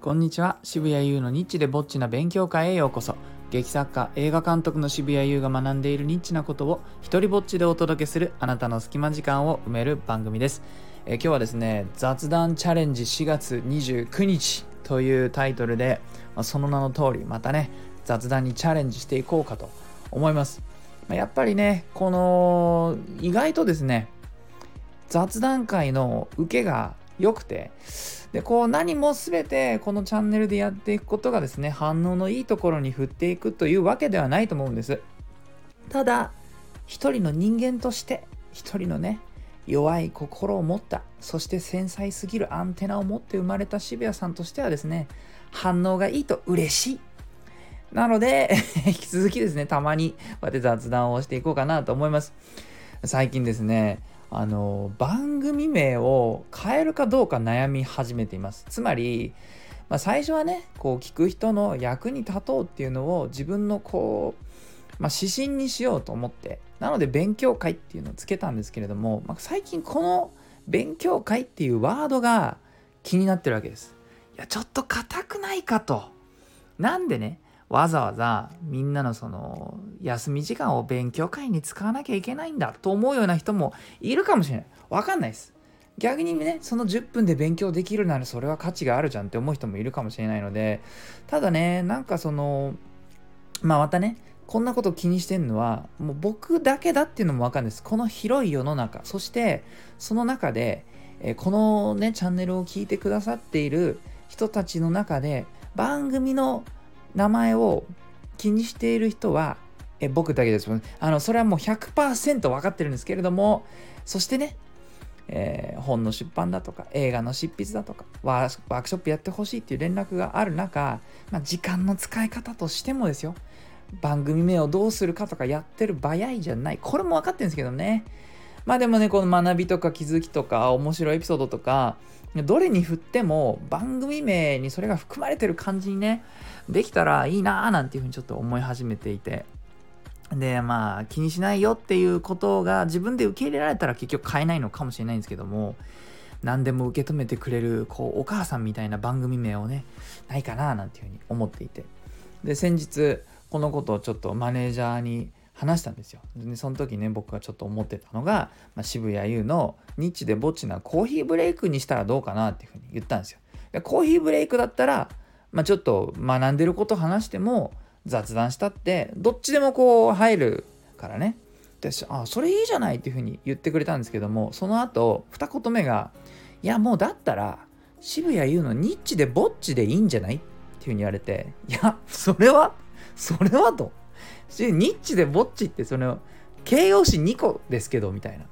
こんにちは。渋谷優のニッチでぼっちな勉強会へようこそ。劇作家、映画監督の渋谷優が学んでいるニッチなことを一人ぼっちでお届けするあなたの隙間時間を埋める番組です。今日はですね、雑談チャレンジ4月29日というタイトルで、その名の通りまたね、雑談にチャレンジしていこうかと思います。やっぱりね、意外とですね、雑談会の受けが良くて、で何も全てこのチャンネルでやっていくことがですね、反応のいいところに振っていくというわけではないと思うんです。ただ一人の人間として、一人のね、弱い心を持った、そして繊細すぎるアンテナを持って生まれた渋谷さんとしてはですね、反応がいいと嬉しい。なので引き続きですね、たまにこうやって雑談をしていこうかなと思います。最近ですね、番組名を変えるかどうか悩み始めています。つまり、最初はね、聞く人の役に立とうっていうのを自分の指針にしようと思って、なので勉強会っていうのをつけたんですけれども、最近この勉強会っていうワードが気になってるわけです。いや、ちょっと硬くないかと。なんでね、わざわざみんなのその休み時間を勉強会に使わなきゃいけないんだと思うような人もいるかもしれない。わかんないです。逆にね、その10分で勉強できるならそれは価値があるじゃんって思う人もいるかもしれないので、ただね、またね、こんなこと気にしてんのはもう僕だけだっていうのもわかるんです。この広い世の中、そしてその中で、このねチャンネルを聞いてくださっている人たちの中で番組の名前を気にしている人は僕だけです。それはもう 100% 分かってるんですけれども、そしてね、本の出版だとか映画の執筆だとかワークショップやってほしいっていう連絡がある中、時間の使い方としてもですよ、番組名をどうするかとかやってる場合じゃない。これも分かってるんですけどね。でもね、この学びとか気づきとか面白いエピソードとか、どれに振っても番組名にそれが含まれてる感じにね、できたらいいなーなんていうふうにちょっと思い始めていて、で気にしないよっていうことが自分で受け入れられたら結局変えないのかもしれないんですけども、何でも受け止めてくれるお母さんみたいな番組名をね、ないかななんていうふうに思っていて、で先日このことをちょっとマネージャーに話したんですよ。でその時ね、僕がちょっと思ってたのが、渋谷優のニッチでぼっちなコーヒーブレイクにしたらどうかなっていうふうに言ったんですよ。でコーヒーブレイクだったら、ちょっと学んでること話しても雑談したってどっちでも入るからね。でそれいいじゃないっていうふうに言ってくれたんですけども、その後二言目が、いやもうだったら渋谷優のニッチでぼっちでいいんじゃないっていうふうに言われて、いやそれはと、ニッチでぼっちって形容詞2個ですけどみたいな、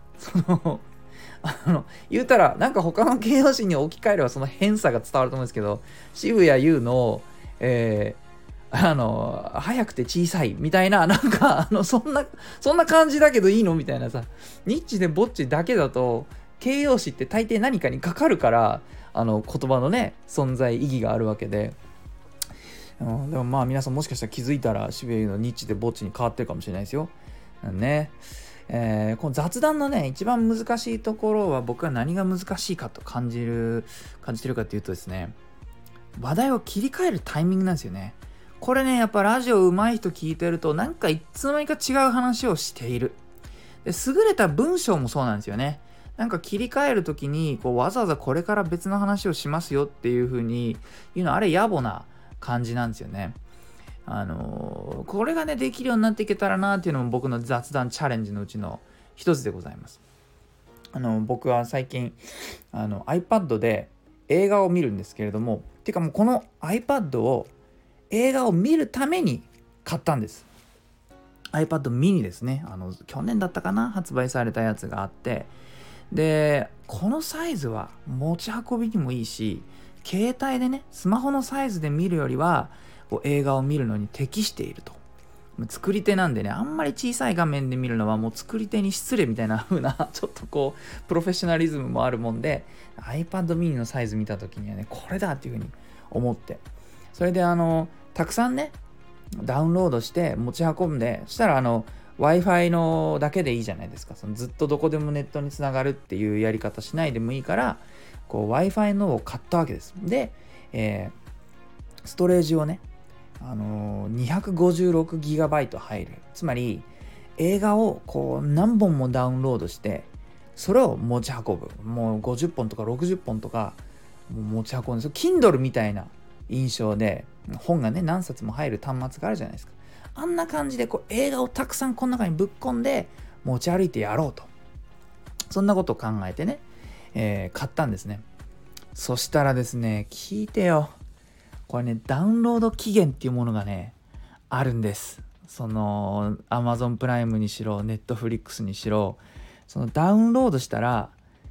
言うたらなんか他の形容詞に置き換えればその変さが伝わると思うんですけど、渋谷優の、早くて小さいみたいな、そんな感じだけどいいのみたいなさ、ニッチでぼっちだけだと形容詞って大抵何かにかかるから、言葉のね存在意義があるわけで、でも皆さんもしかしたら気づいたら渋谷のニッチでぼっちに変わってるかもしれないですよね。この雑談のね一番難しいところは、僕は何が難しいかと感じてるかというとですね、話題を切り替えるタイミングなんですよね。これね、やっぱラジオ上手い人聞いてるとなんかいつの間にか違う話をしている。で優れた文章もそうなんですよね。なんか切り替えるときにわざわざこれから別の話をしますよっていう風に言うの、あれ野暮な感じなんですよね。これがねできるようになっていけたらなっていうのも僕の雑談チャレンジのうちの一つでございます。僕は最近iPad で映画を見るんですけれども、てかもうこの iPad を映画を見るために買ったんです。 iPad mini ですね。去年だったかな、発売されたやつがあって、でこのサイズは持ち運びにもいいし、携帯でねスマホのサイズで見るよりは映画を見るのに適していると。作り手なんでね、あんまり小さい画面で見るのはもう作り手に失礼みたいな風なちょっとプロフェッショナリズムもあるもんで、 iPad mini のサイズ見た時にはね、これだっていう風に思って、それでたくさんねダウンロードして持ち運んで、そしたらWi-Fi のだけでいいじゃないですか。ずっとどこでもネットにつながるっていうやり方しないでもいいから、Wi-Fi のを買ったわけです。で、 ストレージをね、256GB 入る。つまり映画をこう何本もダウンロードしてそれを持ち運ぶ。もう50本とか60本とか持ち運んで、Kindle みたいな印象で本がね何冊も入る端末があるじゃないですか。あんな感じでこう映画をたくさんこの中にぶっ込んで持ち歩いてやろうと、そんなことを考えてね、買ったんですね。そしたらですね、聞いてよ、これねダウンロード期限っていうものがねあるんです。その Amazon プライムにしろ Netflix にしろ、そのダウンロードしたら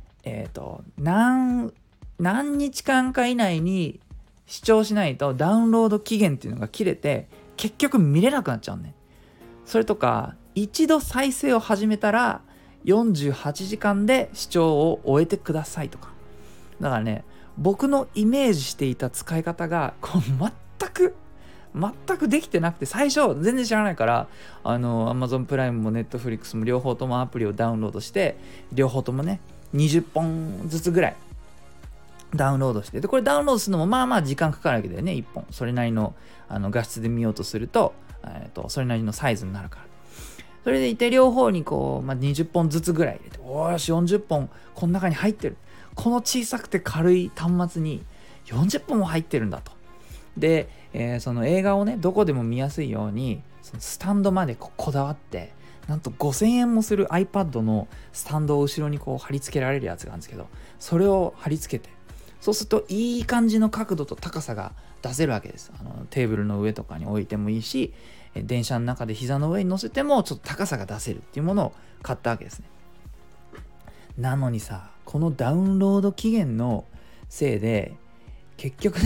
何日間か以内に視聴しないとダウンロード期限っていうのが切れて結局見れなくなっちゃうね。それとか一度再生を始めたら48時間で視聴を終えてくださいとか。だからね、僕のイメージしていた使い方がこう全くできてなくて、最初全然知らないからAmazon プライムも Netflix も両方ともアプリをダウンロードして、両方ともね20本ずつぐらいダウンロードして、でこれダウンロードするのもまあまあ時間かかるわけだよね。1本それなりの画質で見ようとすると、それなりのサイズになるから、それでいて両方にこう、20本ずつぐらい入れて、おーし40本この中に入ってる、この小さくて軽い端末に40本も入ってるんだと。で、その映画をねどこでも見やすいようにそのスタンドまでこだわって、なんと5000円もする iPad のスタンドを後ろにこう貼り付けられるやつがあるんですけど、それを貼り付けて、そうするといい感じの角度と高さが出せるわけです。テーブルの上とかに置いてもいいし、電車の中で膝の上に乗せてもちょっと高さが出せるっていうものを買ったわけですね。なのにさ、このダウンロード期限のせいで結局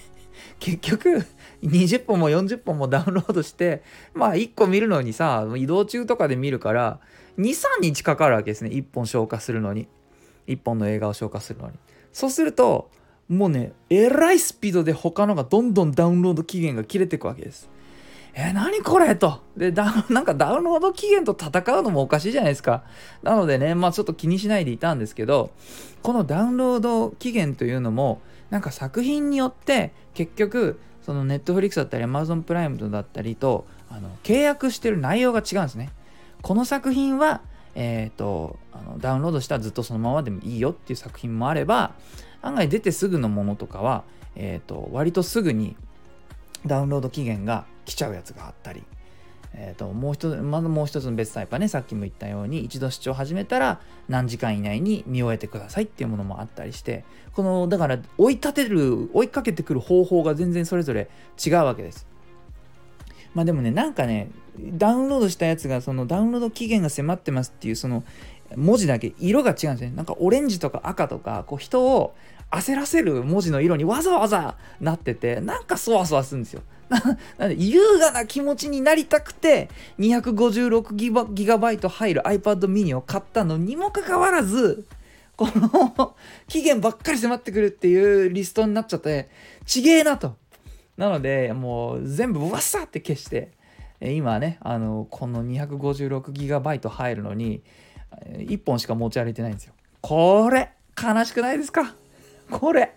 20本も40本もダウンロードして、1個見るのにさ、移動中とかで見るから2、3日かかるわけですね。1本消化するのに、1本の映画を消化するのに。そうするともうね、えらいスピードで他のがどんどんダウンロード期限が切れていくわけです。何これと。でなんかダウンロード期限と戦うのもおかしいじゃないですか。なのでね、ちょっと気にしないでいたんですけど、このダウンロード期限というのもなんか作品によって結局その Netflix だったり Amazon プライムだったりと契約してる内容が違うんですね。この作品はダウンロードしたらずっとそのままでもいいよっていう作品もあれば、案外出てすぐのものとかは、割とすぐにダウンロード期限が来ちゃうやつがあったり、もう一つの別タイプはね、さっきも言ったように一度視聴始めたら何時間以内に見終えてくださいっていうものもあったりして、だから追いかけてくる方法が全然それぞれ違うわけです。でもね、なんかね、ダウンロードしたやつがそのダウンロード期限が迫ってますっていうその文字だけ色が違うんですね。なんかオレンジとか赤とかこう人を焦らせる文字の色にわざわざなってて、なんかそわそわするんですよ。なんで優雅な気持ちになりたくて 256GB 入る iPad mini を買ったのにもかかわらず、この期限ばっかり迫ってくるっていうリストになっちゃってちげえなと。なのでもう全部わっさって消して、今ねこの 256GB 入るのに1本しか持ち歩いてないんですよ。これ悲しくないですかこれ。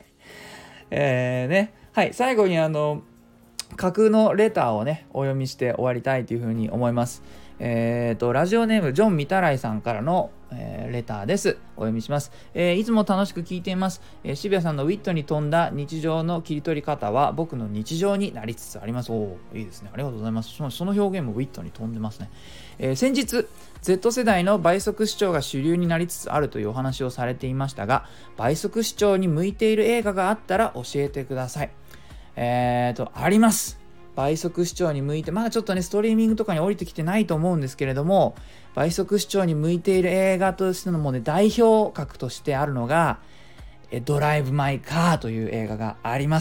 はい、最後に架空のレターをねお読みして終わりたいというふうに思います。ラジオネームジョン・ミタライさんからの、レターです。お読みします。いつも楽しく聞いています。渋谷さんのウィットに富んだ日常の切り取り方は僕の日常になりつつあります。いいですね、ありがとうございます。その表現もウィットに富んでますね。先日 Z 世代の倍速視聴が主流になりつつあるというお話をされていましたが、倍速視聴に向いている映画があったら教えてください。あります。倍速視聴に向いて、まだちょっとねストリーミングとかに降りてきてないと思うんですけれども、倍速視聴に向いている映画としてのもね代表格としてあるのがドライブ・マイ・カーという映画があります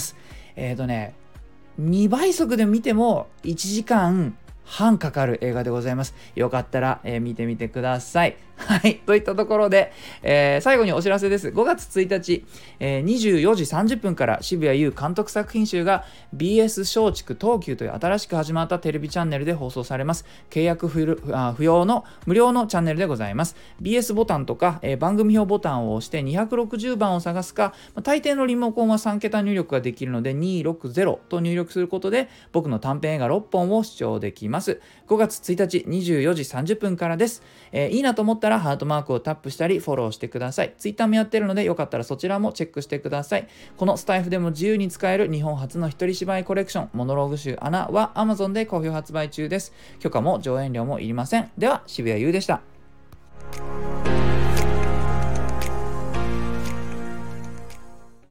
。2倍速で見ても1時間半かかる映画でございます。よかったら、見てみてください。 はい。といったところで、最後にお知らせです。5月1日、24時30分から渋谷優監督作品集が BS 松竹東急という新しく始まったテレビチャンネルで放送されます。契約不要の無料のチャンネルでございます。BS ボタンとか、番組表ボタンを押して260番を探すか、大抵のリモコンは3桁入力ができるので260と入力することで僕の短編映画6本を視聴できます。5月1日24時30分からです。いいなと思ったらハートマークをタップしたりフォローしてください。ツイッターもやってるのでよかったらそちらもチェックしてください。このスタイフでも自由に使える日本初の一人芝居コレクションモノローグ集アナは Amazon で好評発売中です。許可も上演料もいりません。では渋谷優でした。